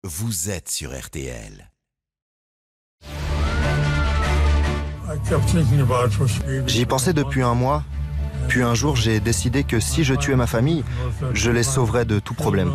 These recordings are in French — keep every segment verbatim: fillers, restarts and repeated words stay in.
vous êtes sur R T L. J'y pensais depuis un mois, puis un jour j'ai décidé que si je tuais ma famille, je les sauverais de tout problème.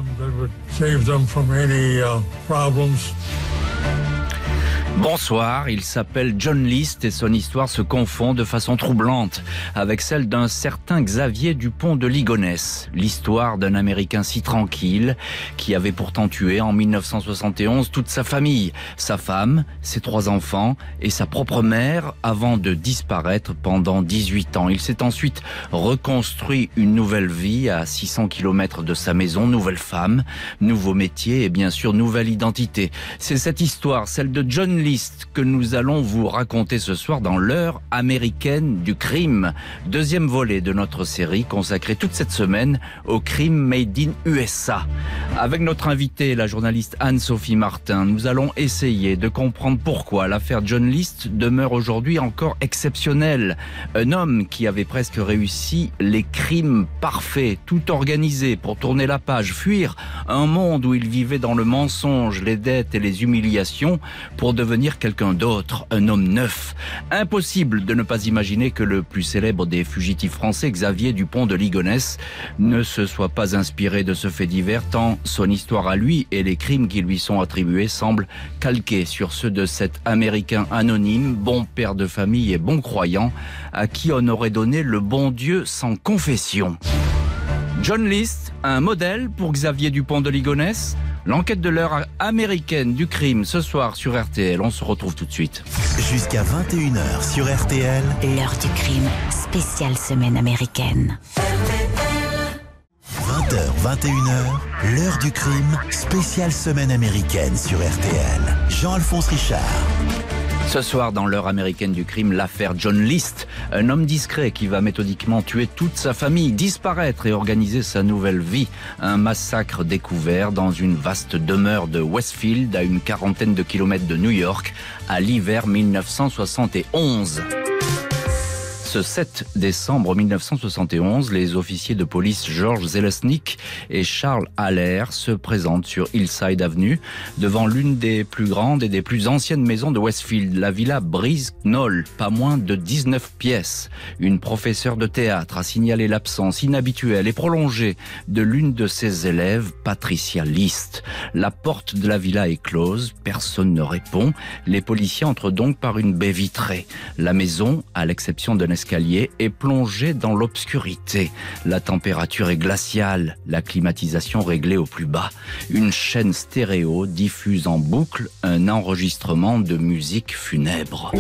Bonsoir, il s'appelle John List et son histoire se confond de façon troublante avec celle d'un certain Xavier Dupont de Ligonnès. L'histoire d'un Américain si tranquille qui avait pourtant tué en mille neuf cent soixante et onze toute sa famille, sa femme, ses trois enfants et sa propre mère avant de disparaître pendant dix-huit ans. Il s'est ensuite reconstruit une nouvelle vie à six cents kilomètres de sa maison, nouvelle femme, nouveau métier et bien sûr nouvelle identité. C'est cette histoire, celle de John List, que nous allons vous raconter ce soir dans l'heure américaine du crime. Deuxième volet de notre série consacrée toute cette semaine au crime made in U S A. Avec notre invitée, la journaliste Anne-Sophie Martin, nous allons essayer de comprendre pourquoi l'affaire John List demeure aujourd'hui encore exceptionnelle. Un homme qui avait presque réussi les crimes parfaits, tout organisé pour tourner la page, fuir un monde où il vivait dans le mensonge, les dettes et les humiliations pour devenir quelqu'un d'autre, un homme neuf. Impossible de ne pas imaginer que le plus célèbre des fugitifs français, Xavier Dupont de Ligonnès, ne se soit pas inspiré de ce fait divers, tant son histoire à lui et les crimes qui lui sont attribués semblent calqués sur ceux de cet Américain anonyme, bon père de famille et bon croyant, à qui on aurait donné le bon Dieu sans confession. John List, un modèle pour Xavier Dupont de Ligonnès. L'enquête de l'heure américaine du crime ce soir sur R T L. On se retrouve tout de suite. Jusqu'à vingt et une heures sur R T L. L'heure du crime, spéciale semaine américaine. vingt heures, vingt et une heures, l'heure du crime, spéciale semaine américaine sur R T L. Jean-Alphonse Richard. Ce soir, dans l'heure américaine du crime, l'affaire John List, un homme discret qui va méthodiquement tuer toute sa famille, disparaître et organiser sa nouvelle vie. Un massacre découvert dans une vaste demeure de Westfield, à une quarantaine de kilomètres de New York, à l'hiver mille neuf cent soixante et onze. Ce sept décembre mille neuf cent soixante et onze, les officiers de police George Zelesnik et Charles Haller se présentent sur Hillside Avenue devant l'une des plus grandes et des plus anciennes maisons de Westfield, la villa Breeze Knoll, pas moins de dix-neuf pièces. Une professeure de théâtre a signalé l'absence inhabituelle et prolongée de l'une de ses élèves, Patricia List. La porte de la villa est close, personne ne répond. Les policiers entrent donc par une baie vitrée. La maison, à l'exception d'un escalier, est plongée dans l'obscurité. La température est glaciale, la climatisation réglée au plus bas. Une chaîne stéréo diffuse en boucle un enregistrement de musique funèbre.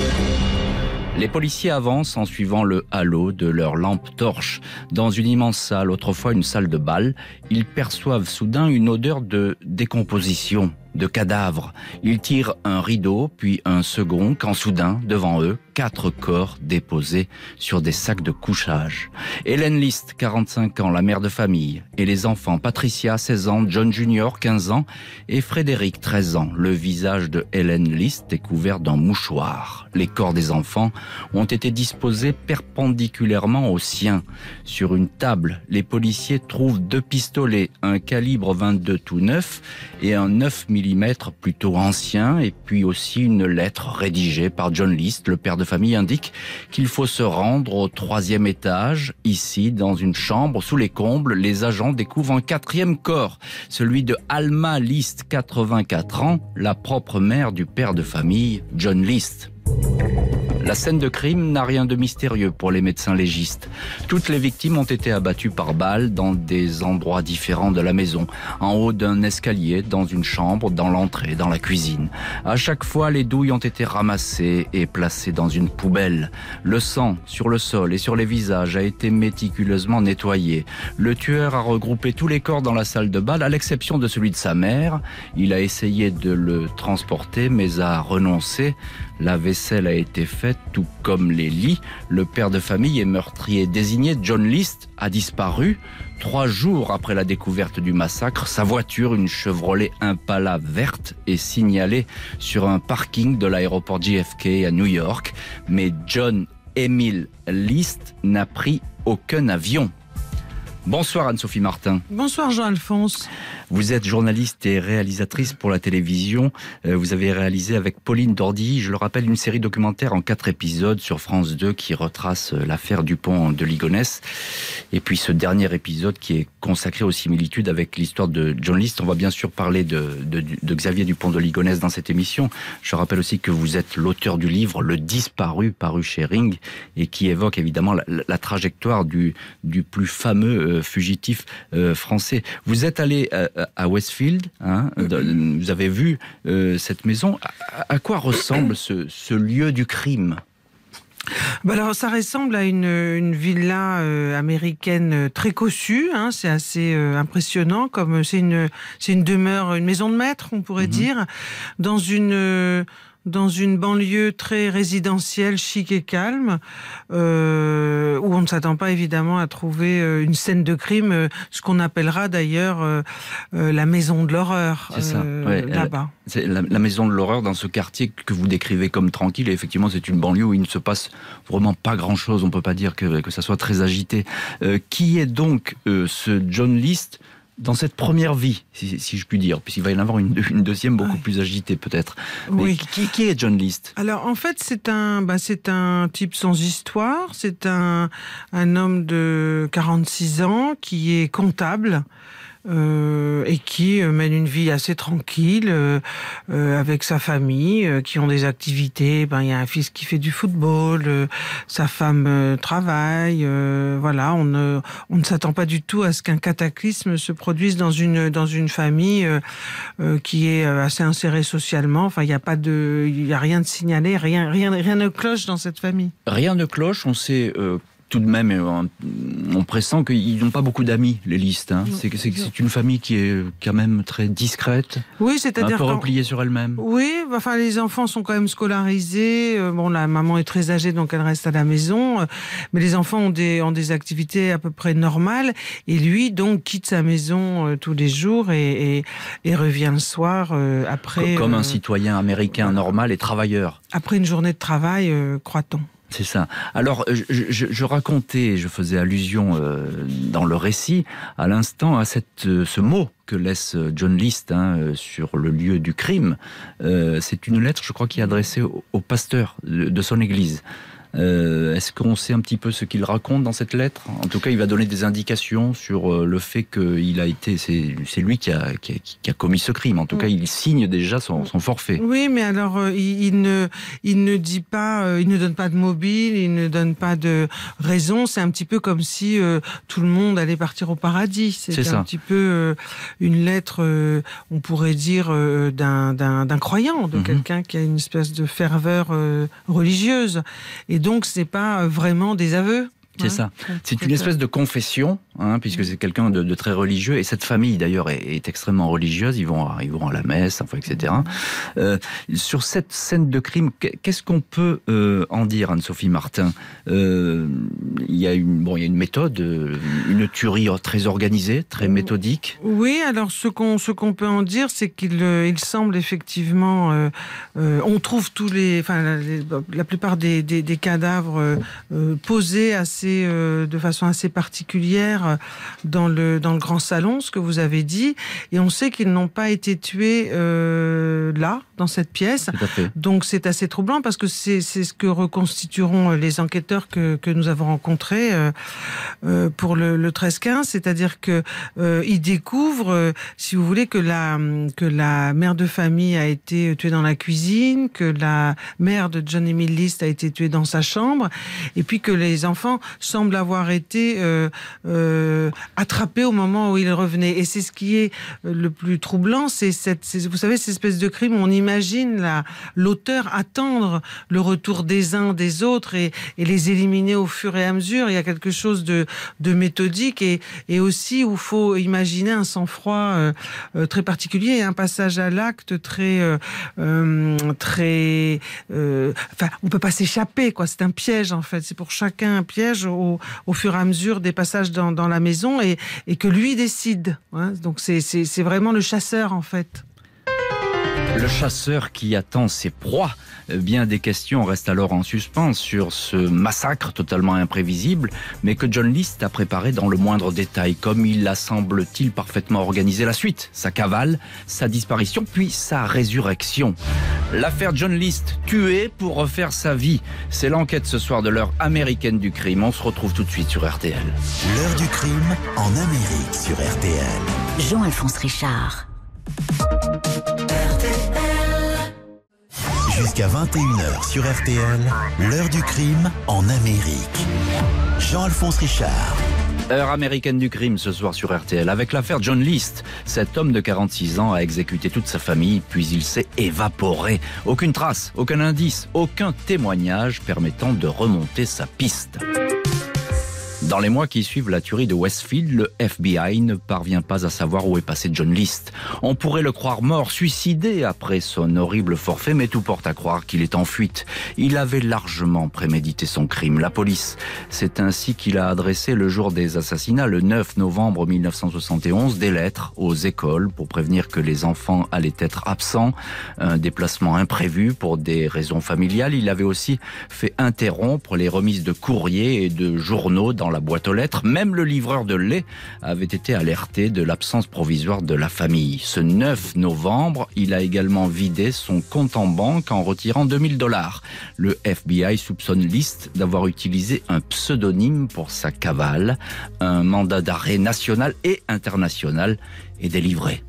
Les policiers avancent en suivant le halo de leur lampe torche. Dans une immense salle, autrefois une salle de bal, ils perçoivent soudain une odeur de décomposition, de cadavres. Ils tirent un rideau, puis un second, quand soudain, devant eux, quatre corps déposés sur des sacs de couchage. Hélène List, quarante-cinq ans, la mère de famille, et les enfants Patricia, seize ans, John Junior, quinze ans, et Frédéric, treize ans. Le visage de Hélène List est couvert d'un mouchoir. Les corps des enfants ont été disposés perpendiculairement aux siens. Sur une table, les policiers trouvent deux pistolets, un calibre vingt-deux tout neuf et un neuf millimètres plutôt ancien, et puis aussi une lettre rédigée par John List. Le père de famille indique qu'il faut se rendre au troisième étage. Ici, dans une chambre sous les combles, les agents découvrent un quatrième corps, celui de Alma List, quatre-vingt-quatre ans, la propre mère du père de famille, John List. La scène de crime n'a rien de mystérieux pour les médecins légistes. Toutes les victimes ont été abattues par balles dans des endroits différents de la maison. En haut d'un escalier, dans une chambre, dans l'entrée, dans la cuisine. À chaque fois, les douilles ont été ramassées et placées dans une poubelle. Le sang sur le sol et sur les visages a été méticuleusement nettoyé. Le tueur a regroupé tous les corps dans la salle de bal, à l'exception de celui de sa mère. Il a essayé de le transporter, mais a renoncé. La vaisselle a été faite, tout comme les lits. Le père de famille et meurtrier désigné, John List, a disparu. Trois jours après la découverte du massacre, sa voiture, une Chevrolet Impala verte, est signalée sur un parking de l'aéroport J F K à New York. Mais John Emil List n'a pris aucun avion. Bonsoir Anne-Sophie Martin. Bonsoir Jean-Alphonse. Vous êtes journaliste et réalisatrice pour la télévision. Vous avez réalisé avec Pauline Dordilly, je le rappelle, une série documentaire en quatre épisodes sur France deux qui retrace l'affaire Dupont de Ligonnès. Et puis ce dernier épisode qui est consacré aux similitudes avec l'histoire de John List. On va bien sûr parler de, de, de Xavier Dupont de Ligonnès dans cette émission. Je rappelle aussi que vous êtes l'auteur du livre Le Disparu, paru chez Ring, et qui évoque évidemment la, la trajectoire du, du plus fameux euh, fugitif euh, français. Vous êtes allé à, à Westfield, hein, de, vous avez vu euh, cette maison. À, à quoi ressemble ce, ce lieu du crime ? Bah alors, ça ressemble à une, une villa euh, américaine très cossue. Hein, c'est assez euh, impressionnant. Comme c'est une, c'est une demeure, une maison de maître, on pourrait mmh. dire, dans une. Euh, dans une banlieue très résidentielle, chic et calme, euh, où on ne s'attend pas évidemment à trouver euh, une scène de crime, euh, ce qu'on appellera d'ailleurs euh, euh, la maison de l'horreur, c'est ça, euh, ouais, là-bas. C'est la, la maison de l'horreur dans ce quartier que vous décrivez comme tranquille, et effectivement c'est une banlieue où il ne se passe vraiment pas grand-chose, on ne peut pas dire que, que ça soit très agité. Euh, qui est donc euh, ce John List dans cette première vie, si, si je puis dire, puisqu'il va y en avoir une, une deuxième beaucoup oui. plus agitée peut-être. Mais oui. qui, qui est John List ? Alors en fait c'est un, bah, c'est un type sans histoire, c'est un, un homme de quarante-six ans qui est comptable. Euh, et qui euh, mène une vie assez tranquille euh, euh, avec sa famille, euh, qui ont des activités. Ben il y a un fils qui fait du football, euh, sa femme euh, travaille. Euh, voilà, on ne on ne s'attend pas du tout à ce qu'un cataclysme se produise dans une dans une famille euh, euh, qui est assez insérée socialement. Enfin, il y a pas de, il y a rien de signalé, rien rien rien ne cloche dans cette famille. Rien ne cloche. On sait. Euh... Tout de même, on pressent qu'ils n'ont pas beaucoup d'amis, les Listes. Hein. C'est, c'est, c'est une famille qui est quand même très discrète, oui, c'est-à-dire un peu repliée sur elle-même. Oui, enfin les enfants sont quand même scolarisés. Bon, la maman est très âgée, donc elle reste à la maison. Mais les enfants ont des, ont des activités à peu près normales. Et lui, donc, quitte sa maison euh, tous les jours et, et, et revient le soir euh, après... Comme euh, un citoyen américain voilà. normal et travailleur. Après une journée de travail, euh, croit-on. C'est ça. Alors, je, je, je racontais, je faisais allusion euh, dans le récit, à l'instant, à cette, euh, ce mot que laisse John List hein, sur le lieu du crime. Euh, c'est une lettre, je crois, qui est adressée au, au pasteur de, de son église. Euh, est-ce qu'on sait un petit peu ce qu'il raconte dans cette lettre ? En tout cas, il va donner des indications sur le fait qu'il a été, c'est, c'est lui qui a, qui, a, qui a commis ce crime. En tout cas, il signe déjà son, son forfait. Oui, mais alors euh, il, il ne, il ne dit pas, euh, il ne donne pas de mobile, il ne donne pas de raison. C'est un petit peu comme si euh, tout le monde allait partir au paradis. C'est, c'est un ça. petit peu euh, une lettre, euh, on pourrait dire euh, d'un, d'un, d'un croyant, de mm-hmm. quelqu'un qui a une espèce de ferveur euh, religieuse. Et donc, ce n'est pas vraiment des aveux. C'est hein, ça. C'est une espèce de confession, hein, puisque c'est quelqu'un de, de très religieux. Et cette famille, d'ailleurs, est, est extrêmement religieuse. Ils vont, ils vont à la messe, enfin, et cetera. Euh, sur cette scène de crime, qu'est-ce qu'on peut euh, en dire, Anne-Sophie Martin ? euh, Il y a une, bon, il y a une méthode, une tuerie très organisée, très méthodique. Oui, alors ce qu'on, ce qu'on peut en dire, c'est qu'il il semble effectivement... Euh, euh, on trouve tous les... Enfin, les, la plupart des, des, des cadavres euh, posés assez de façon assez particulière dans le, dans le grand salon, ce que vous avez dit, et on sait qu'ils n'ont pas été tués euh, là, dans cette pièce. Donc c'est assez troublant parce que c'est, c'est ce que reconstitueront les enquêteurs que, que nous avons rencontrés euh, euh, pour le, le treize quinze, c'est-à-dire que euh, ils découvrent, euh, si vous voulez, que la, que la mère de famille a été tuée dans la cuisine, que la mère de John Emile List a été tuée dans sa chambre, et puis que les enfants semblent avoir été euh, euh, attrapés au moment où ils revenaient. Et c'est ce qui est le plus troublant, c'est cette, c'est, vous savez, cette espèce de crime où on imagine la, l'auteur attendre le retour des uns des autres et, et les éliminer au fur et à mesure. Il y a quelque chose de, de méthodique et, et aussi où il faut imaginer un sang-froid euh, euh, très particulier, un passage à l'acte très... Euh, euh, très euh, enfin, on ne peut pas s'échapper, quoi. C'est un piège, en fait. C'est pour chacun un piège au, au fur et à mesure des passages dans, dans la maison et, et que lui décide. Hein. Donc c'est, c'est, c'est vraiment le chasseur, en fait. Le chasseur qui attend ses proies. Bien des questions restent alors en suspens sur ce massacre totalement imprévisible, mais que John List a préparé dans le moindre détail, comme il a semble-t-il parfaitement organisé la suite, sa cavale, sa disparition, puis sa résurrection. L'affaire John List, tué pour refaire sa vie. C'est l'enquête ce soir de l'heure américaine du crime. On se retrouve tout de suite sur R T L. L'heure du crime en Amérique sur R T L. Jean-Alphonse Richard. Jusqu'à vingt et une heures sur R T L, l'heure du crime en Amérique. Jean-Alphonse Richard. Heure américaine du crime ce soir sur R T L avec l'affaire John List. Cet homme de quarante-six ans a exécuté toute sa famille puis il s'est évaporé. Aucune trace, aucun indice, aucun témoignage permettant de remonter sa piste. Dans les mois qui suivent la tuerie de Westfield, le F B I ne parvient pas à savoir où est passé John List. On pourrait le croire mort, suicidé après son horrible forfait, mais tout porte à croire qu'il est en fuite. Il avait largement prémédité son crime. La police, c'est ainsi qu'il a adressé le jour des assassinats, le neuf novembre mille neuf cent soixante et onze, des lettres aux écoles pour prévenir que les enfants allaient être absents. Un déplacement imprévu pour des raisons familiales. Il avait aussi fait interrompre les remises de courriers et de journaux dans la boîte aux lettres. Même le livreur de lait avait été alerté de l'absence provisoire de la famille. Ce neuf novembre, il a également vidé son compte en banque en retirant deux mille dollars. Le F B I soupçonne List d'avoir utilisé un pseudonyme pour sa cavale. Un mandat d'arrêt national et international est délivré.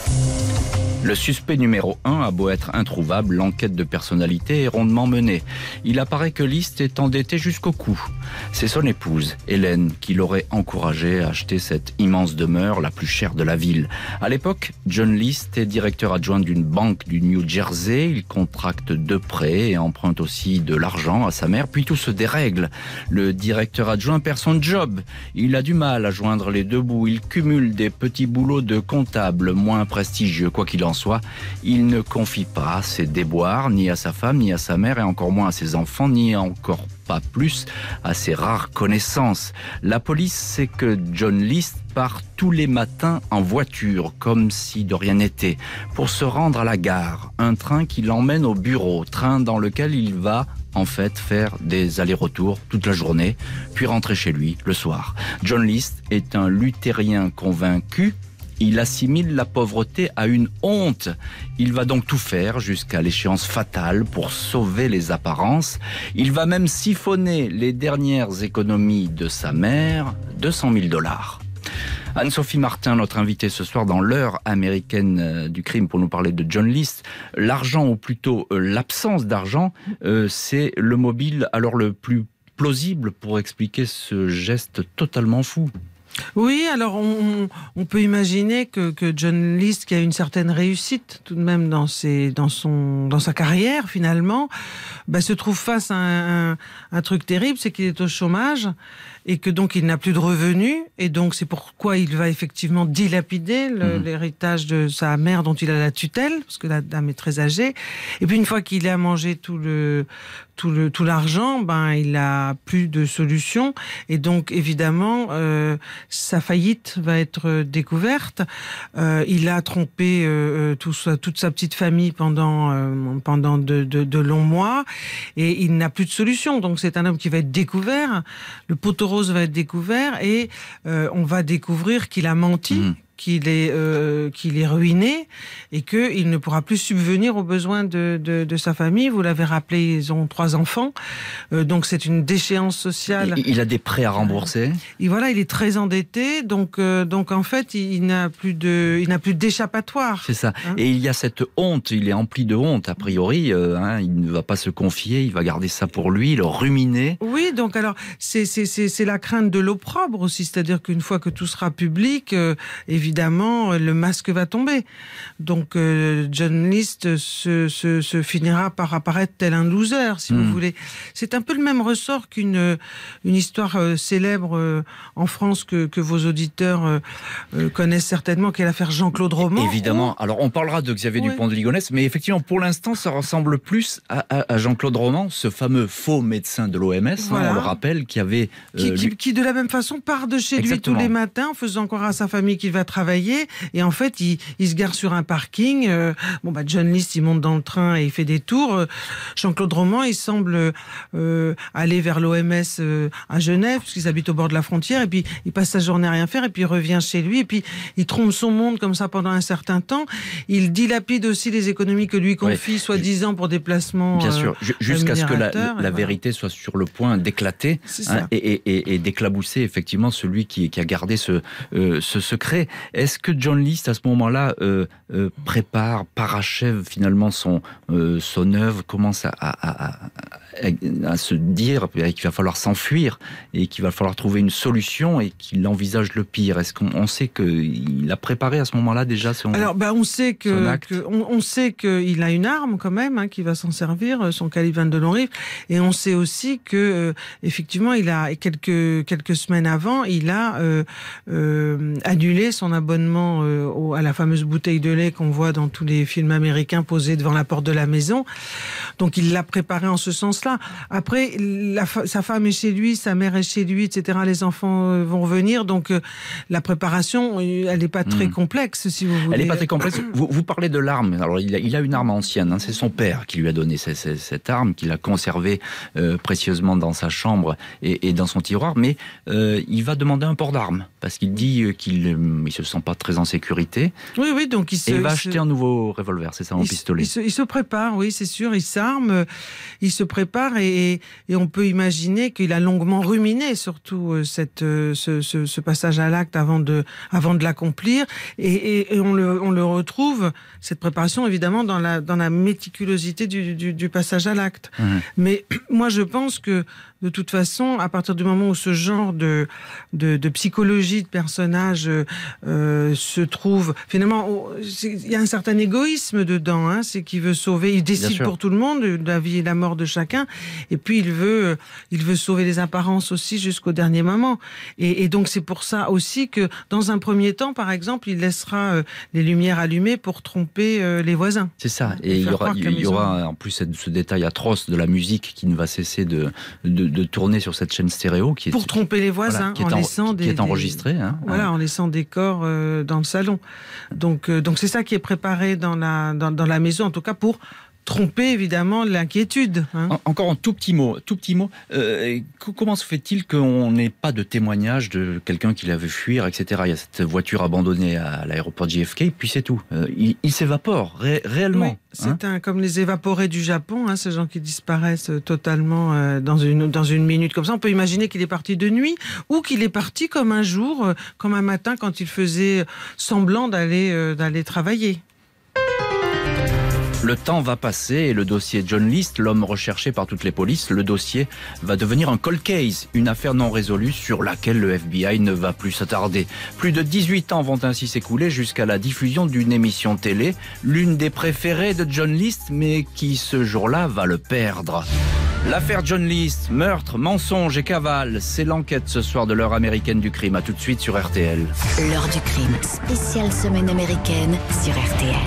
Le suspect numéro un a beau être introuvable, l'enquête de personnalité est rondement menée. Il apparaît que List est endetté jusqu'au cou. C'est son épouse, Hélène, qui l'aurait encouragé à acheter cette immense demeure, la plus chère de la ville. À l'époque, John List est directeur adjoint d'une banque du New Jersey. Il contracte deux prêts et emprunte aussi de l'argent à sa mère, puis tout se dérègle. Le directeur adjoint perd son job. Il a du mal à joindre les deux bouts. Il cumule des petits boulots de comptable moins prestigieux, quoi qu'il en soit, il ne confie pas ses déboires ni à sa femme, ni à sa mère, et encore moins à ses enfants, ni encore pas plus à ses rares connaissances. La police sait que John List part tous les matins en voiture, comme si de rien n'était, pour se rendre à la gare. Un train qui l'emmène au bureau, train dans lequel il va en fait faire des allers-retours toute la journée, puis rentrer chez lui le soir. John List est un luthérien convaincu. Il assimile la pauvreté à une honte. Il va donc tout faire jusqu'à l'échéance fatale pour sauver les apparences. Il va même siphonner les dernières économies de sa mère, deux cent mille dollars. Anne-Sophie Martin, notre invitée ce soir dans l'heure américaine du crime pour nous parler de John List. L'argent, ou plutôt l'absence d'argent, euh, c'est le mobile alors le plus plausible pour expliquer ce geste totalement fou. Oui, alors on, on peut imaginer que, que John List, qui a une certaine réussite tout de même dans, ses, dans, son, dans sa carrière finalement, bah, se trouve face à un, un, un truc terrible, c'est qu'il est au chômage et que donc il n'a plus de revenus, et donc c'est pourquoi il va effectivement dilapider le, mmh. l'héritage de sa mère dont il a la tutelle, parce que la dame est très âgée. Et puis une fois qu'il a mangé tout le tout le tout l'argent, ben il a plus de solution, et donc évidemment euh, sa faillite va être découverte. Euh, il a trompé euh, tout sa, toute sa petite famille pendant euh, pendant de, de, de longs mois, et il n'a plus de solution. Donc c'est un homme qui va être découvert. Le poteau rose va être découvert, et euh, on va découvrir qu'il a menti. Mmh. qu'il est euh, qu'il est ruiné et que il ne pourra plus subvenir aux besoins de de, de sa famille. Vous l'avez rappelé, ils ont trois enfants, euh, donc c'est une déchéance sociale. Il, il a des prêts à rembourser. Et voilà, il est très endetté, donc euh, donc en fait, il, il n'a plus de il n'a plus d'échappatoire. C'est ça. Hein, et il y a cette honte. Il est empli de honte a priori. Euh, hein, il ne va pas se confier. Il va garder ça pour lui, le ruminer. Oui, donc alors c'est c'est c'est c'est la crainte de l'opprobre aussi, c'est-à-dire qu'une fois que tout sera public, euh, évidemment, le masque va tomber. Donc, euh, John List se, se, se finira par apparaître tel un loser, si mmh. vous voulez. C'est un peu le même ressort qu'une une histoire euh, célèbre euh, en France que, que vos auditeurs euh, euh, connaissent certainement, qui est l'affaire Jean-Claude Roman. Évidemment. Où... Alors, on parlera de Xavier oui. Dupont de Ligonnès, mais effectivement, pour l'instant, ça ressemble plus à, à, à Jean-Claude Roman, ce fameux faux médecin de l'O M S, voilà. hein, on le rappelle, qui avait... Euh, qui, qui, lui... qui, de la même façon, part de chez Exactement. lui tous les matins, en faisant croire à sa famille qu'il va travailler travailler. Et en fait, il, il se gare sur un parking. Euh, bon, bah, John List, il monte dans le train et il fait des tours. Euh, Jean-Claude Roman, il semble euh, aller vers l'O M S euh, à Genève, puisqu'ils habitent au bord de la frontière. Et puis, il passe sa journée à rien faire. Et puis, il revient chez lui. Et puis, il trompe son monde comme ça pendant un certain temps. Il dilapide aussi les économies que lui confie, ouais. soi-disant, pour des placements. Bien sûr, euh, jusqu'à ce que la, la voilà. vérité soit sur le point d'éclater hein, et, et, et, et d'éclabousser effectivement celui qui, qui a gardé ce, euh, ce secret. Est-ce que John List, à ce moment-là, euh, euh, prépare, parachève finalement son, euh, son œuvre, commence à, à, à, à, à se dire qu'il va falloir s'enfuir et qu'il va falloir trouver une solution et qu'il envisage le pire? Est-ce qu'on on sait qu'il a préparé à ce moment-là déjà son Alors, ben, on sait que, que on, on sait qu'il a une arme quand même, hein, qui va s'en servir, son calibre vingt-deux long rifle, et on sait aussi que euh, effectivement, il a quelques quelques semaines avant, il a euh, euh, annulé son abonnement euh, au, à la fameuse bouteille de lait qu'on voit dans tous les films américains posée devant la porte de la maison. Donc, il l'a préparé en ce sens-là. Après, la, sa femme est chez lui, sa mère est chez lui, et cetera. Les enfants euh, vont venir, donc euh, la préparation, elle n'est pas très mmh. complexe, si vous voulez. Elle n'est pas très complexe. Vous, vous parlez de l'arme. Alors, il a, il a une arme ancienne. Hein. C'est son père qui lui a donné cette, cette, cette arme, qu'il a conservée euh, précieusement dans sa chambre et, et dans son tiroir. Mais euh, il va demander un port d'armes parce qu'il dit qu'il ne se sent pas très en sécurité. Oui, oui. Donc il, se, et il va il acheter se, un nouveau revolver, c'est ça, un il pistolet. Se, il, se, il se prépare, oui, c'est sûr. Il s'arme, il se prépare et, et on peut imaginer qu'il a longuement ruminé, surtout cette, ce, ce, ce passage à l'acte avant de, avant de l'accomplir. Et, et, et on, le, on le retrouve, cette préparation, évidemment, dans la, dans la méticulosité du, du, du passage à l'acte. Mmh. Mais moi, je pense que, de toute façon, à partir du moment où ce genre de, de, de psychologie de personnage euh, se trouve, finalement, il y a un certain égoïsme dedans. Hein, c'est qu'il veut sauver, il décide pour tout le monde, la vie et la mort de chacun. Et puis, il veut, il veut sauver les apparences aussi jusqu'au dernier moment. Et, et donc, c'est pour ça aussi que, dans un premier temps, par exemple, il laissera euh, les lumières allumées pour tromper euh, les voisins. C'est ça. Et il y aura, il y aura en plus ce détail atroce de la musique qui ne va cesser de, de, de tourner sur cette chaîne stéréo. Qui est, pour tromper les voisins, voilà, qui est, en en, laissant qui des, est enregistré. Des, hein, voilà, hein. en laissant des corps euh, dans le salon. Donc, euh, donc c'est ça qui est préparé dans la, dans, dans la maison, en tout cas pour tromper évidemment l'inquiétude. Hein. En, encore un tout petit mot. Tout petit mot. Euh, comment se fait-il qu'on n'ait pas de témoignage de quelqu'un qui l'avait fuir, et cetera. Il y a cette voiture abandonnée à l'aéroport J F K, puis c'est tout. Euh, il il s'évapore ré, réellement. Oui, c'est hein. un, comme les évaporés du Japon, hein, ces gens qui disparaissent totalement euh, dans une dans une minute comme ça. On peut imaginer qu'il est parti de nuit ou qu'il est parti comme un jour, euh, comme un matin quand il faisait semblant d'aller euh, d'aller travailler. Le temps va passer et le dossier John List, l'homme recherché par toutes les polices, le dossier va devenir un cold case, une affaire non résolue sur laquelle le F B I ne va plus s'attarder. Plus de dix-huit ans vont ainsi s'écouler jusqu'à la diffusion d'une émission télé, l'une des préférées de John List, mais qui ce jour-là va le perdre. L'affaire John List, meurtre, mensonge et cavale, c'est l'enquête ce soir de l'heure américaine du crime. À tout de suite sur R T L. L'heure du crime, spéciale semaine américaine sur R T L.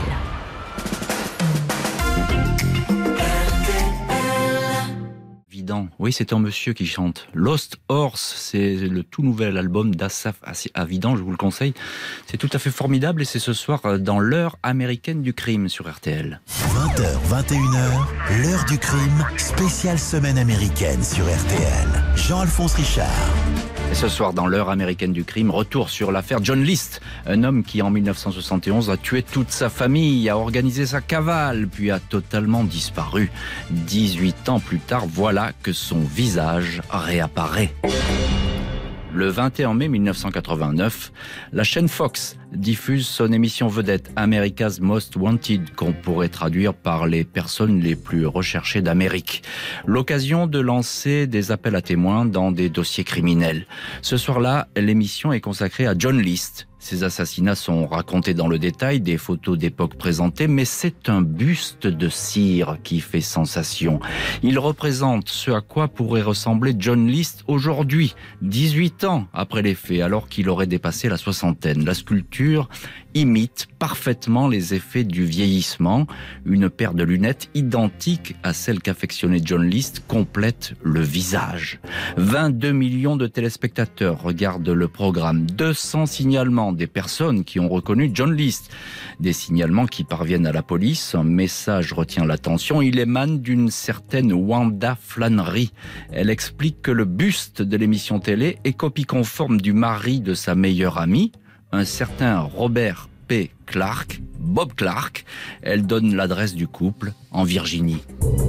Oui, c'est un monsieur qui chante. Lost Horse, c'est le tout nouvel album d'Asaf Avidan, je vous le conseille. C'est tout à fait formidable et c'est ce soir dans l'heure américaine du crime sur R T L. vingt heures, vingt et une heures, l'heure du crime, spéciale semaine américaine sur R T L. Jean-Alphonse Richard. Et ce soir, dans l'heure américaine du crime, retour sur l'affaire John List, un homme qui, en mille neuf cent soixante et onze, a tué toute sa famille, a organisé sa cavale, puis a totalement disparu. dix-huit ans plus tard, voilà que son visage réapparaît. Le vingt et un mai mille neuf cent quatre-vingt-neuf, la chaîne Fox diffuse son émission vedette America's Most Wanted, qu'on pourrait traduire par les personnes les plus recherchées d'Amérique. L'occasion de lancer des appels à témoins dans des dossiers criminels. Ce soir-là, l'émission est consacrée à John List. Ces assassinats sont racontés dans le détail, des photos d'époque présentées, mais c'est un buste de cire qui fait sensation. Il représente ce à quoi pourrait ressembler John List aujourd'hui, dix-huit ans après les faits, alors qu'il aurait dépassé la soixantaine. La sculpture imite parfaitement les effets du vieillissement. Une paire de lunettes identique à celle qu'affectionnait John List complète le visage. vingt-deux millions de téléspectateurs regardent le programme. deux cents signalements des personnes qui ont reconnu John List. Des signalements qui parviennent à la police. Un message retient l'attention. Il émane d'une certaine Wanda Flannery. Elle explique que le buste de l'émission télé est copie conforme du mari de sa meilleure amie, un certain Robert P. Clark, Bob Clark. Elle donne l'adresse du couple en Virginie.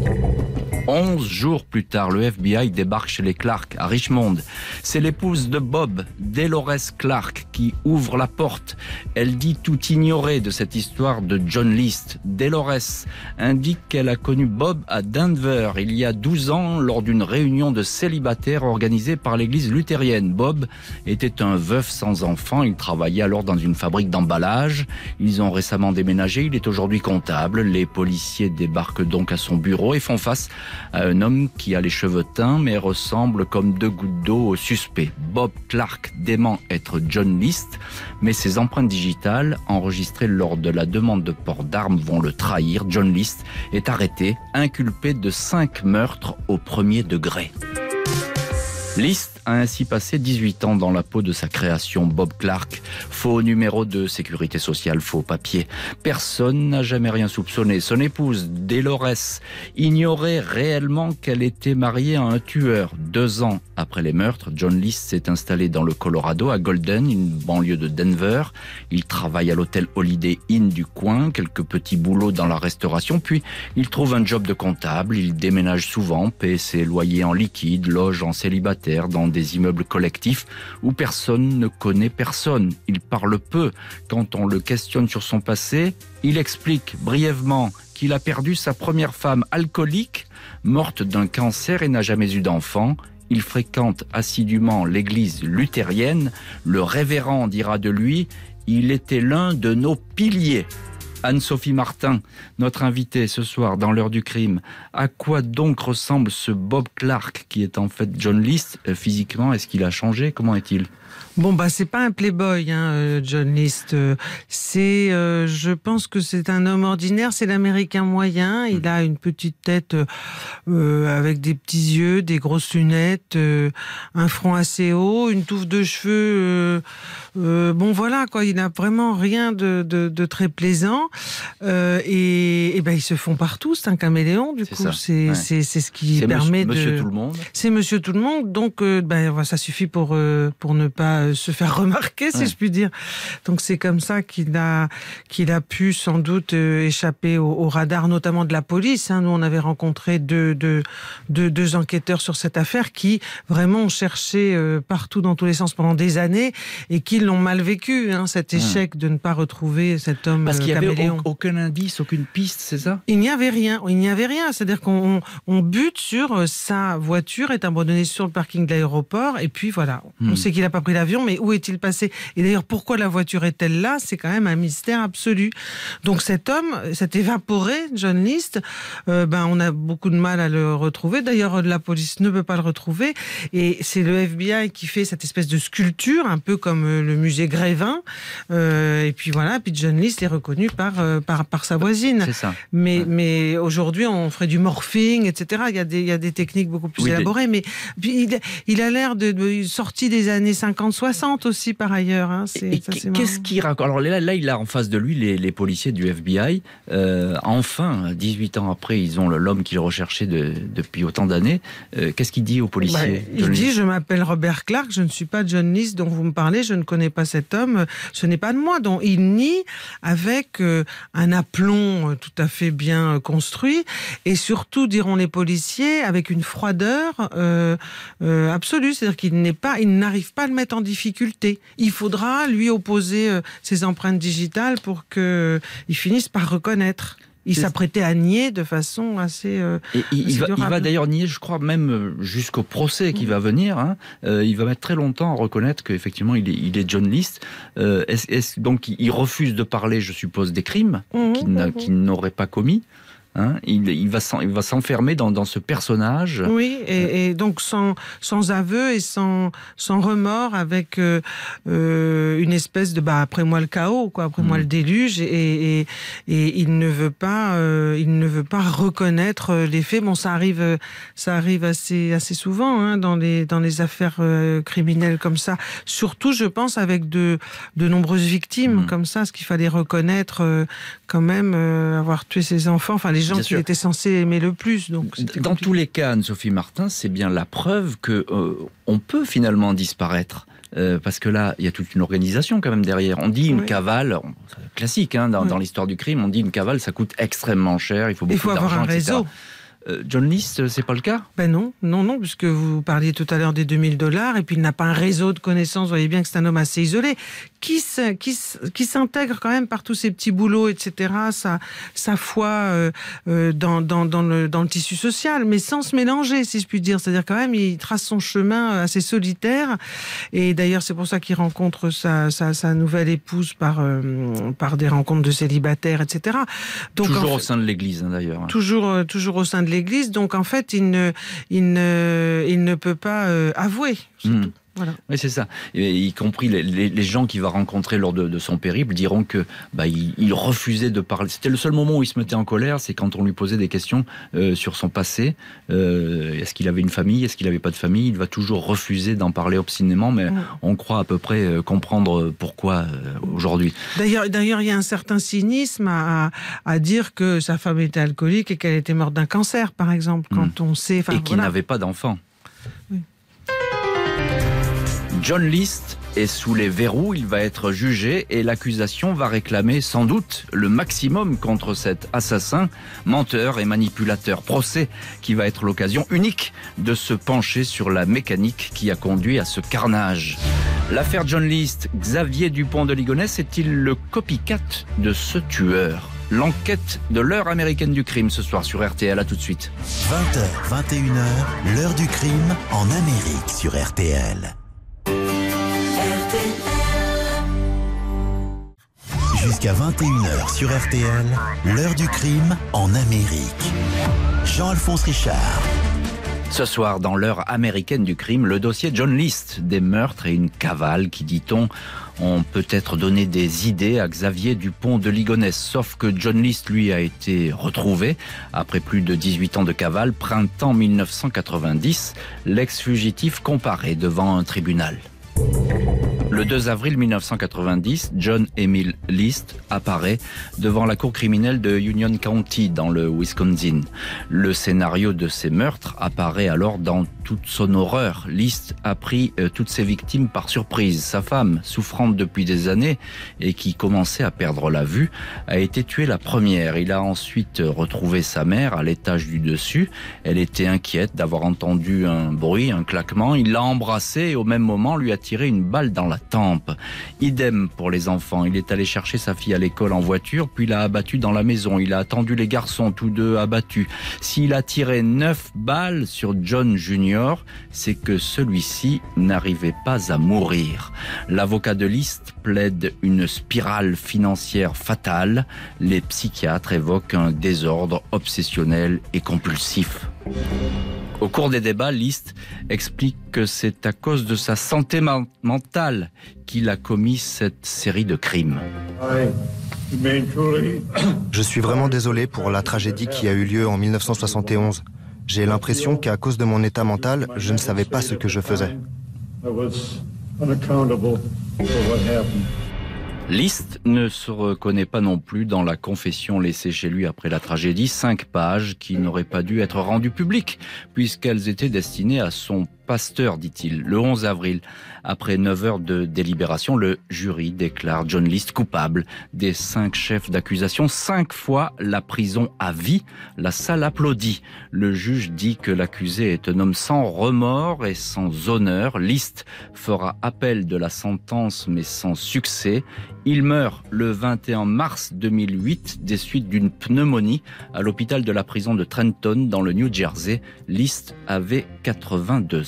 Onze jours plus tard, le F B I débarque chez les Clark à Richmond. C'est l'épouse de Bob, Dolores Clark, qui ouvre la porte. Elle dit tout ignorer de cette histoire de John List. Dolores indique qu'elle a connu Bob à Denver il y a douze ans lors d'une réunion de célibataires organisée par l'église luthérienne. Bob était un veuf sans enfant. Il travaillait alors dans une fabrique d'emballage. Ils ont récemment déménagé. Il est aujourd'hui comptable. Les policiers débarquent donc à son bureau et font face à un homme qui a les cheveux teints mais ressemble comme deux gouttes d'eau au suspect. Bob Clark dément être John List, mais ses empreintes digitales enregistrées lors de la demande de port d'armes vont le trahir. John List est arrêté, inculpé de cinq meurtres au premier degré. List a ainsi passé dix-huit ans dans la peau de sa création, Bob Clark. Faux numéro de sécurité sociale, faux papier. Personne n'a jamais rien soupçonné. Son épouse, Dolores, ignorait réellement qu'elle était mariée à un tueur. Deux ans après les meurtres, John List s'est installé dans le Colorado, à Golden, une banlieue de Denver. Il travaille à l'hôtel Holiday Inn du coin, quelques petits boulots dans la restauration, puis il trouve un job de comptable. Il déménage souvent, paie ses loyers en liquide, loge en célibataire dans des immeubles collectifs où personne ne connaît personne. Il parle peu. Quand on le questionne sur son passé, il explique brièvement qu'il a perdu sa première femme alcoolique, morte d'un cancer et n'a jamais eu d'enfant. Il fréquente assidûment l'église luthérienne. Le révérend dira de lui « Il était l'un de nos piliers ». Anne-Sophie Martin, notre invitée ce soir dans l'heure du crime. À quoi donc ressemble ce Bob Clark qui est en fait John List euh, physiquement? Est-ce qu'il a changé? Comment est-il? Bon, bah, c'est pas un playboy, hein, John List. C'est, euh, je pense que c'est un homme ordinaire, c'est l'américain moyen. Il a une petite tête euh, avec des petits yeux, des grosses lunettes, euh, un front assez haut, une touffe de cheveux. Euh, euh, bon, voilà, quoi. Il n'a vraiment rien de, de, de très plaisant. Euh, et, et ben, ils se font partout. C'est un caméléon, du c'est coup. Ça. C'est, ouais. c'est, c'est ce qui c'est permet monsieur, de. Monsieur tout le monde. C'est monsieur tout le monde. Donc, euh, ben, ça suffit pour, euh, pour ne pas se faire remarquer, si ouais. je puis dire. Donc c'est comme ça qu'il a, qu'il a pu sans doute euh, échapper au, au radar, notamment de la police. Hein. Nous, on avait rencontré deux, deux, deux, deux enquêteurs sur cette affaire qui vraiment ont cherché euh, partout dans tous les sens pendant des années et qui l'ont mal vécu, hein, cet échec ouais. de ne pas retrouver cet homme Parce qu'il n'y avait au, aucun indice, aucune piste, c'est ça? Il n'y avait rien. Il n'y avait rien. C'est-à-dire qu'on on, on bute sur sa voiture est abandonnée sur le parking de l'aéroport et puis voilà. Hmm. On sait qu'il n'a pas pris l'avion, mais où est-il passé? Et d'ailleurs, pourquoi la voiture est-elle là? C'est quand même un mystère absolu. Donc cet homme, cet évaporé, John List, euh, ben, on a beaucoup de mal à le retrouver. D'ailleurs, la police ne peut pas le retrouver. Et c'est le F B I qui fait cette espèce de sculpture, un peu comme le musée Grévin. Euh, et puis voilà, puis John List est reconnu par, euh, par, par sa voisine. C'est ça. Mais, ouais. mais aujourd'hui, on ferait du morphing, et cetera. Il y a des, il y a des techniques beaucoup plus oui, élaborées. Des... Mais puis, il, il a l'air de, de sorti des années cinquante soixante aussi, par ailleurs. Hein. C'est, et ça, c'est qu'est-ce qu'il raconte? Alors là, là, il a en face de lui les, les policiers du F B I. Euh, enfin, dix-huit ans après, ils ont l'homme qu'ils recherchaient de, depuis autant d'années. Euh, qu'est-ce qu'il dit aux policiers? bah, Il dit, List. Je m'appelle Robert Clark, je ne suis pas John List dont vous me parlez, je ne connais pas cet homme, ce n'est pas de moi. Donc il nie avec euh, un aplomb tout à fait bien construit et surtout, diront les policiers, avec une froideur euh, euh, absolue. C'est-à-dire qu'il n'est pas, il n'arrive pas à le mettre en difficulté. Il faudra lui opposer euh, ses empreintes digitales pour qu'il euh, finisse par reconnaître. Il c'est... s'apprêtait à nier de façon assez. Euh, et il, assez il, va, il va d'ailleurs nier, je crois, même jusqu'au procès qui mmh. va venir. Hein. Euh, il va mettre très longtemps à reconnaître qu'effectivement, il est, il est John List. Euh, est-ce, est-ce, donc, il refuse de parler, je suppose, des crimes mmh, qu'il, mmh. qu'il n'aurait pas commis. Hein, il, il, va s'en, il va s'enfermer dans, dans ce personnage. Oui, et, et donc sans, sans aveu et sans, sans remords, avec euh, euh, une espèce de bah après moi le chaos, quoi, après mmh. moi le déluge, et, et, et il ne veut pas, euh, il ne veut pas reconnaître les faits. Bon, ça arrive, ça arrive assez, assez souvent hein, dans les dans les affaires euh, criminelles comme ça. Surtout, je pense, avec de de nombreuses victimes mmh. comme ça, ce qu'il fallait reconnaître euh, quand même, euh, avoir tué ses enfants, enfin les gens bien qu'il sûr. était censé aimer le plus. Donc dans tous les cas, Anne-Sophie Martin, c'est bien la preuve que euh, on peut finalement disparaître. Euh, parce que là, il y a toute une organisation quand même derrière. On dit une oui. cavale, classique hein, dans, oui. dans l'histoire du crime, on dit une cavale, ça coûte extrêmement cher, il faut beaucoup il faut d'argent, avoir un et cetera. réseau. Euh, John List, c'est pas le cas ? Ben non, non, non, puisque vous parliez tout à l'heure des deux mille dollars, et puis il n'a pas un réseau de connaissances, vous voyez bien que c'est un homme assez isolé, qui, se, qui, qui s'intègre quand même par tous ses petits boulots, et cetera, sa, sa foi euh, euh, dans, dans, dans, le, dans le tissu social, mais sans se mélanger, si je puis dire. C'est-à-dire quand même, il trace son chemin assez solitaire, et d'ailleurs c'est pour ça qu'il rencontre sa, sa, sa nouvelle épouse par, euh, par des rencontres de célibataires, et cetera. Donc, toujours en fait, au sein de l'Église, hein, d'ailleurs. Toujours, euh, toujours au sein de l'Église, donc en fait, il ne, il ne, il ne peut pas euh, avouer, c'est mmh. tout. Voilà. Oui, c'est ça. Et, y compris les, les, les gens qu'il va rencontrer lors de, de son périple diront que bah, il, il refusait de parler. C'était le seul moment où il se mettait en colère, c'est quand on lui posait des questions euh, sur son passé. Euh, est-ce qu'il avait une famille ? Est-ce qu'il n'avait pas de famille ? Il va toujours refuser d'en parler obstinément, mais mmh. on croit à peu près euh, comprendre pourquoi euh, aujourd'hui. D'ailleurs, d'ailleurs, il y a un certain cynisme à, à dire que sa femme était alcoolique et qu'elle était morte d'un cancer, par exemple, quand mmh. on sait... Et qu'il voilà. n'avait pas d'enfant. Oui. John List est sous les verrous, il va être jugé et l'accusation va réclamer sans doute le maximum contre cet assassin, menteur et manipulateur. Procès qui va être l'occasion unique de se pencher sur la mécanique qui a conduit à ce carnage. L'affaire John List, Xavier Dupont de Ligonnès est-il le copycat de ce tueur ? L'enquête de l'heure américaine du crime ce soir sur R T L, à tout de suite. vingt heures, vingt et une heures, l'heure du crime en Amérique sur R T L. Jusqu'à vingt et une heures sur R T L, l'heure du crime en Amérique. Jean-Alphonse Richard. Ce soir, dans l'heure américaine du crime, le dossier John List, des meurtres et une cavale qui, dit-on, ont peut-être donné des idées à Xavier Dupont de Ligonnès. Sauf que John List, lui, a été retrouvé après plus de dix-huit ans de cavale. Printemps mille neuf cent quatre-vingt-dix, l'ex-fugitif comparé devant un tribunal. Le deux avril mille neuf cent quatre-vingt-dix, John Emil List apparaît devant la cour criminelle de Union County dans le Wisconsin. Le scénario de ces meurtres apparaît alors dans toute son horreur. List a pris euh, toutes ses victimes par surprise. Sa femme, souffrante depuis des années et qui commençait à perdre la vue, a été tuée la première. Il a ensuite retrouvé sa mère à l'étage du dessus. Elle était inquiète d'avoir entendu un bruit, un claquement. Il l'a embrassée et au même moment lui a tiré une balle dans la tempe. Idem pour les enfants. Il est allé chercher sa fille à l'école en voiture, puis l'a abattue dans la maison. Il a attendu les garçons, tous deux abattus. S'il a tiré neuf balles sur John Junior, c'est que celui-ci n'arrivait pas à mourir. L'avocat de List plaide une spirale financière fatale. Les psychiatres évoquent un désordre obsessionnel et compulsif. Au cours des débats, List explique que c'est à cause de sa santé ma- mentale qu'il a commis cette série de crimes. Je suis vraiment désolé pour la tragédie qui a eu lieu en mille neuf cent soixante et onze. J'ai l'impression qu'à cause de mon état mental, je ne savais pas ce que je faisais. List ne se reconnaît pas non plus dans la confession laissée chez lui après la tragédie, cinq pages qui n'auraient pas dû être rendues publiques, puisqu'elles étaient destinées à son pasteur, dit-il. Le onze avril, après neuf heures de délibération, le jury déclare John List coupable des cinq chefs d'accusation, cinq fois la prison à vie. La salle applaudit. Le juge dit que l'accusé est un homme sans remords et sans honneur. List fera appel de la sentence, mais sans succès. Il meurt le vingt et un mars deux mille huit des suites d'une pneumonie à l'hôpital de la prison de Trenton dans le New Jersey. List avait quatre-vingt-deux ans.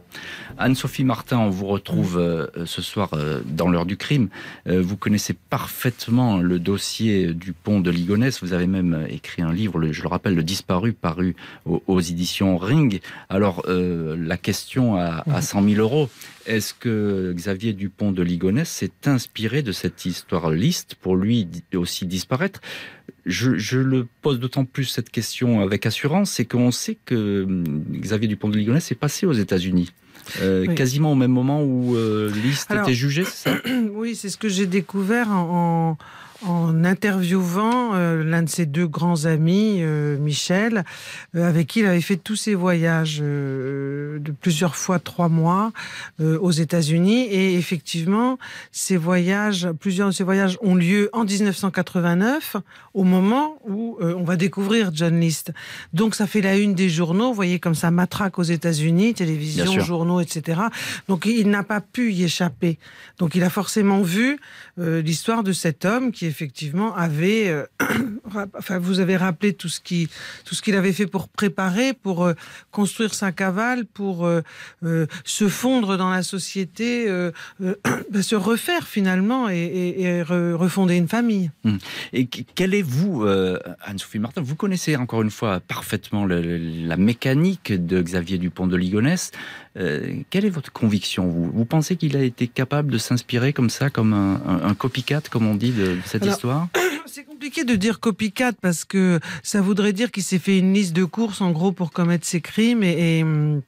Anne-Sophie Martin, on vous retrouve euh, ce soir euh, dans l'heure du crime. Euh, vous connaissez parfaitement le dossier du pont de Ligonnès. Vous avez même écrit un livre, le, je le rappelle, Le Disparu, paru aux, aux éditions Ring. Alors, euh, la question à, à cent mille euros. Est-ce que Xavier Dupont de Ligonnès s'est inspiré de cette histoire List pour lui aussi disparaître ? Je, je le pose d'autant plus cette question avec assurance, c'est qu'on sait que Xavier Dupont de Ligonnès est passé aux États-Unis. Euh, oui. Quasiment au même moment où euh, List Alors, était jugé, c'est ça ? Oui, c'est ce que j'ai découvert en, en interviewant euh, l'un de ses deux grands amis, euh, Michel, euh, avec qui il avait fait tous ses voyages euh, de plusieurs fois trois mois euh, aux États-Unis. Et effectivement, ces voyages, plusieurs de ces voyages ont lieu en dix-neuf cent quatre-vingt-neuf, au moment où euh, on va découvrir John List. Donc ça fait la une des journaux, vous voyez comme ça matraque aux États-Unis, télévision, journaux, et cetera. Donc il n'a pas pu y échapper. Donc il a forcément vu euh, l'histoire de cet homme qui effectivement avait, euh, enfin vous avez rappelé tout ce qui, tout ce qu'il avait fait pour préparer, pour euh, construire sa cavale, pour euh, euh, se fondre dans la société, euh, euh, se refaire finalement et, et, et refonder une famille. Et quelle est vous, euh, Anne-Sophie Martin, vous connaissez encore une fois parfaitement le, la mécanique de Xavier Dupont de Ligonnès. Euh, quelle est votre conviction, vous Vous pensez qu'il a été capable de s'inspirer comme ça, comme un, un, un copycat, comme on dit, de, de cette Alors, histoire ? C'est compliqué de dire copycat parce que ça voudrait dire qu'il s'est fait une liste de courses en gros pour commettre ses crimes et... et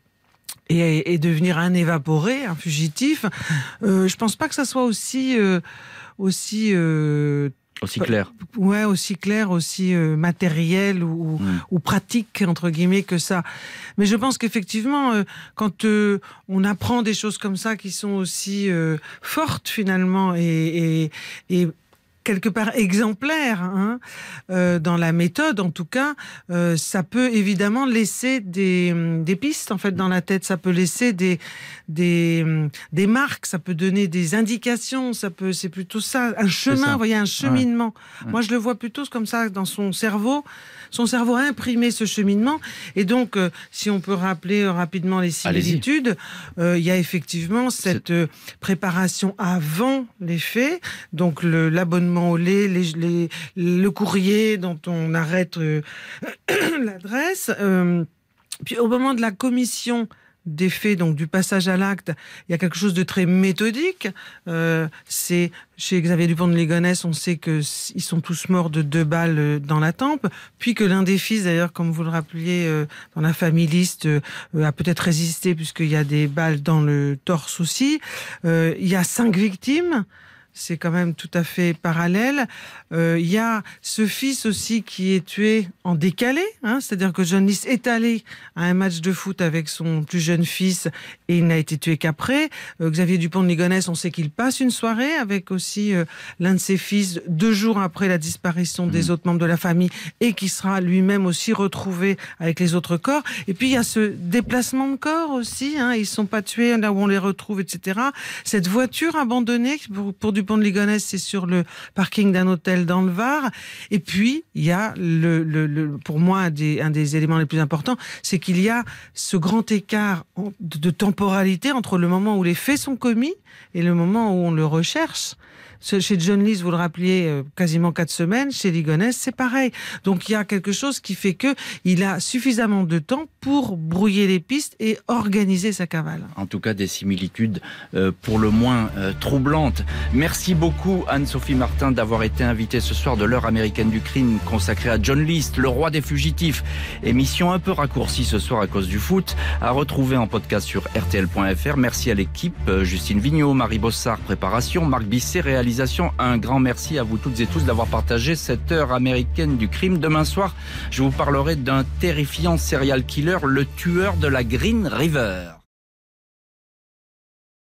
Et, et devenir un évaporé, un fugitif. Euh, je pense pas que ça soit aussi euh, aussi euh, aussi clair. Ouais, aussi clair, aussi euh, matériel ou, mmh. ou pratique entre guillemets que ça. Mais je pense qu'effectivement, euh, quand euh, on apprend des choses comme ça qui sont aussi euh, fortes finalement et, et, et quelque part exemplaire hein, euh, dans la méthode, en tout cas, euh, ça peut évidemment laisser des, des pistes en fait dans la tête. Ça peut laisser des des des marques. Ça peut donner des indications. Ça peut, c'est plutôt ça, un chemin. Vous voyez, un cheminement. Ouais. Moi, je le vois plutôt comme ça dans son cerveau. Son cerveau a imprimé ce cheminement. Et donc, euh, si on peut rappeler euh, rapidement les similitudes, euh, il y a effectivement cette euh, préparation avant les faits. Donc, le, l'abonnement au lait, les, les, le courrier dont on arrête euh, l'adresse. Euh, puis, au moment de la commission des faits, donc du passage à l'acte, il y a quelque chose de très méthodique. Euh, c'est chez Xavier Dupont de Ligonnès, on sait que ils sont tous morts de deux balles dans la tempe, puis que l'un des fils, d'ailleurs, comme vous le rappeliez, euh, dans la famille List, euh, a peut-être résisté puisqu'il y a des balles dans le torse aussi. Euh, il y a cinq victimes. C'est quand même tout à fait parallèle. Il euh, y a ce fils aussi qui est tué en décalé, hein, c'est-à-dire que John List est allé à un match de foot avec son plus jeune fils et il n'a été tué qu'après. Euh, Xavier Dupont de Ligonnès, on sait qu'il passe une soirée avec aussi euh, l'un de ses fils deux jours après la disparition mmh. des autres membres de la famille et qui sera lui-même aussi retrouvé avec les autres corps. Et puis il y a ce déplacement de corps aussi, hein, ils ne sont pas tués là où on les retrouve, et cetera. Cette voiture abandonnée pour, pour Dupont de Ligonnès, c'est sur le parking d'un hôtel dans le Var. Et puis, il y a, le, le, le, pour moi, un des, un des éléments les plus importants, c'est qu'il y a ce grand écart de, de temporalité entre le moment où les faits sont commis et le moment où on le recherche. Chez John List, vous le rappeliez, quasiment quatre semaines. Chez Ligonnès, c'est pareil. Donc, il y a quelque chose qui fait que il a suffisamment de temps pour brouiller les pistes et organiser sa cavale. En tout cas, des similitudes euh, pour le moins euh, troublantes. Merci beaucoup, Anne-Sophie Martin, d'avoir été invitée ce soir de l'heure américaine du crime consacrée à John List, le roi des fugitifs. Émission un peu raccourcie ce soir à cause du foot, à retrouver en podcast sur R T L point F R. Merci à l'équipe, Justine Vignot, Marie Bossard, préparation, Marc Bisset, réalisation. Un grand merci à vous toutes et tous d'avoir partagé cette heure américaine du crime. Demain soir, je vous parlerai d'un terrifiant serial killer, le tueur de la Green River.